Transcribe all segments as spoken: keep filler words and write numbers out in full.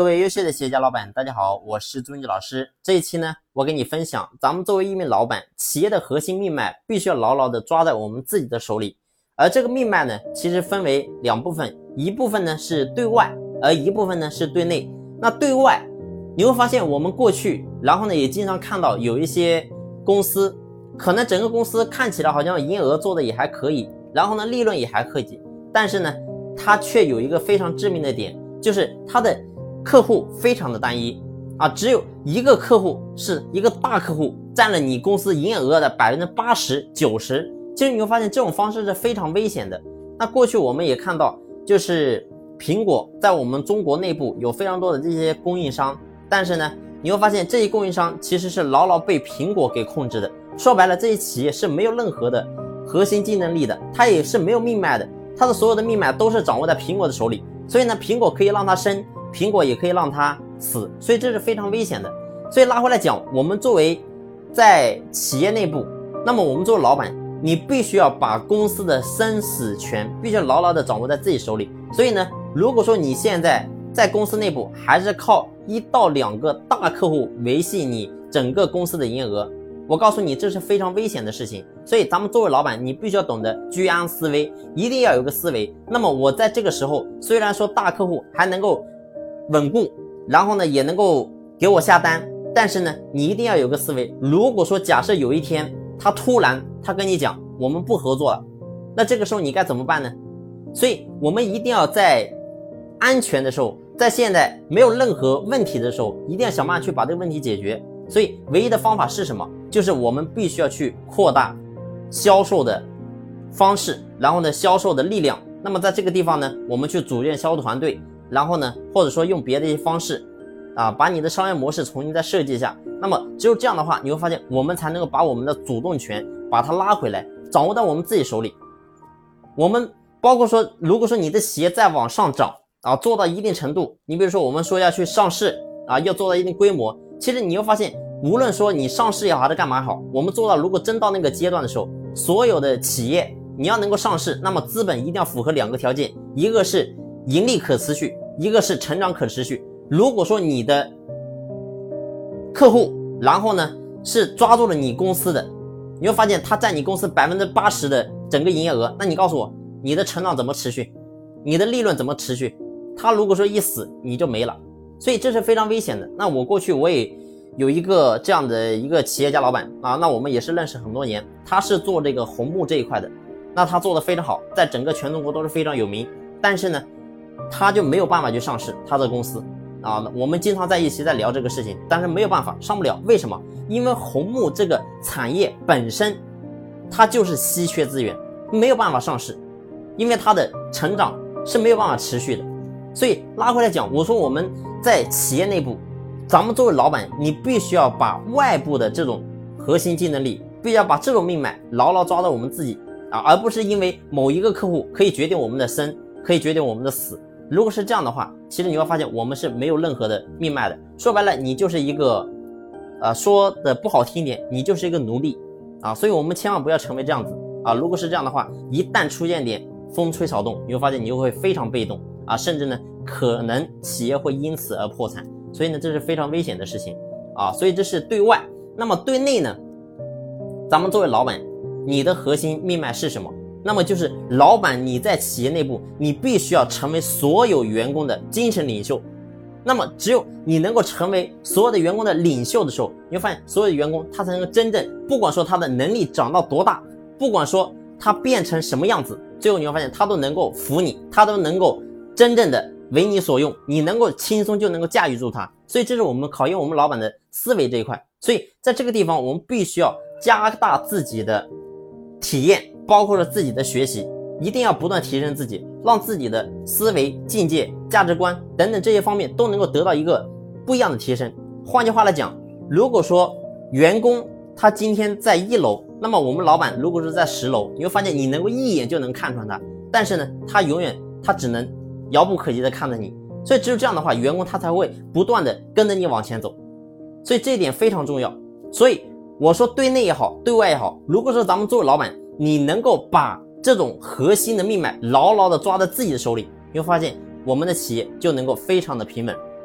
各位优秀的企业家老板，大家好，我是朱云老师。这一期呢，我给你分享，咱们作为一名老板，企业的核心命脉必须要牢牢的抓在我们自己的手里。而这个命脉呢，其实分为两部分，一部分呢是对外，而一部分呢是对内。那对外，你会发现我们过去，然后呢也经常看到有一些公司，可能整个公司看起来好像营业额做的也还可以，然后呢利润也还可以，但是呢，它却有一个非常致命的点，就是它的客户非常的单一啊，只有一个客户是一个大客户，占了你公司营业额的 百分之八十、九十。 其实你会发现这种方式是非常危险的。那过去我们也看到，就是苹果在我们中国内部有非常多的这些供应商，但是呢，你会发现这些供应商其实是牢牢被苹果给控制的。说白了，这些企业是没有任何的核心竞争力的，它也是没有命脉的，它的所有的命脉都是掌握在苹果的手里。所以呢，苹果可以让它生，苹果也可以让它死，所以这是非常危险的。所以拉回来讲，我们作为在企业内部，那么我们作为老板，你必须要把公司的生死权必须要牢牢的掌握在自己手里。所以呢，如果说你现在在公司内部还是靠一到两个大客户维系你整个公司的营业额，我告诉你，这是非常危险的事情。所以咱们作为老板，你必须要懂得居安思危，一定要有个思维。那么我在这个时候，虽然说大客户还能够稳固，然后呢也能够给我下单，但是呢你一定要有个思维，如果说假设有一天他突然他跟你讲我们不合作了，那这个时候你该怎么办呢？所以我们一定要在安全的时候，在现在没有任何问题的时候，一定要想办法去把这个问题解决。所以唯一的方法是什么？就是我们必须要去扩大销售的方式，然后呢销售的力量。那么在这个地方呢，我们去组建销售团队，然后呢或者说用别的一些方式啊，把你的商业模式重新再设计一下。那么只有这样的话，你会发现我们才能够把我们的主动权把它拉回来，掌握在我们自己手里。我们包括说，如果说你的企业再往上涨啊，做到一定程度，你比如说我们说要去上市啊，要做到一定规模，其实你会发现，无论说你上市也好还是干嘛好，我们做到如果真到那个阶段的时候，所有的企业你要能够上市，那么资本一定要符合两个条件，一个是盈利可持续，一个是成长可持续。如果说你的客户然后呢是抓住了你公司的，你会发现他占你公司 百分之八十 的整个营业额，那你告诉我，你的成长怎么持续？你的利润怎么持续？他如果说一死你就没了，所以这是非常危险的。那我过去我也有一个这样的一个企业家老板啊，那我们也是认识很多年，他是做这个红木这一块的，那他做的非常好，在整个全中国都是非常有名，但是呢他就没有办法去上市，他的公司啊，我们经常在一起在聊这个事情，但是没有办法上不了。为什么？因为红木这个产业本身它就是稀缺资源，没有办法上市，因为它的成长是没有办法持续的。所以拉回来讲，我说我们在企业内部，咱们作为老板，你必须要把外部的这种核心竞争力，必须要把这种命脉牢牢抓到我们自己啊，而不是因为某一个客户可以决定我们的生，可以决定我们的死。如果是这样的话，其实你会发现我们是没有任何的命脉的。说白了，你就是一个呃，说的不好听一点，你就是一个奴隶啊。所以我们千万不要成为这样子啊。如果是这样的话，一旦出现点风吹草动，你会发现你就会非常被动啊，甚至呢可能企业会因此而破产。所以呢这是非常危险的事情啊。所以这是对外。那么对内呢，咱们作为老板，你的核心命脉是什么？那么就是老板，你在企业内部，你必须要成为所有员工的精神领袖。那么只有你能够成为所有的员工的领袖的时候，你会发现所有的员工他才能够真正，不管说他的能力长到多大，不管说他变成什么样子，最后你会发现他都能够服你，他都能够真正的为你所用，你能够轻松就能够驾驭住他。所以这是我们考验我们老板的思维这一块。所以在这个地方，我们必须要加大自己的体验，包括了自己的学习，一定要不断提升自己，让自己的思维境界价值观等等这些方面都能够得到一个不一样的提升。换句话来讲，如果说员工他今天在一楼，那么我们老板如果是在十楼，你会发现你能够一眼就能看穿他，但是呢他永远他只能遥不可及的看着你。所以只有这样的话，员工他才会不断的跟着你往前走。所以这一点非常重要。所以我说对内也好，对外也好，如果说咱们作为老板，你能够把这种核心的命脉牢牢的抓在自己的手里，你会发现我们的企业就能够非常的平稳，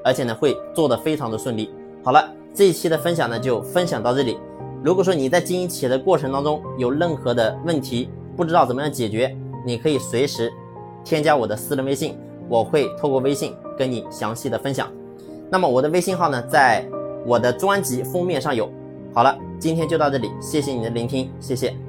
而且呢会做得非常的顺利。好了，这一期的分享呢就分享到这里。如果说你在经营企业的过程当中有任何的问题，不知道怎么样解决，你可以随时添加我的私人微信，我会透过微信跟你详细的分享。那么我的微信号呢在我的专辑封面上有。好了，今天就到这里，谢谢你的聆听，谢谢。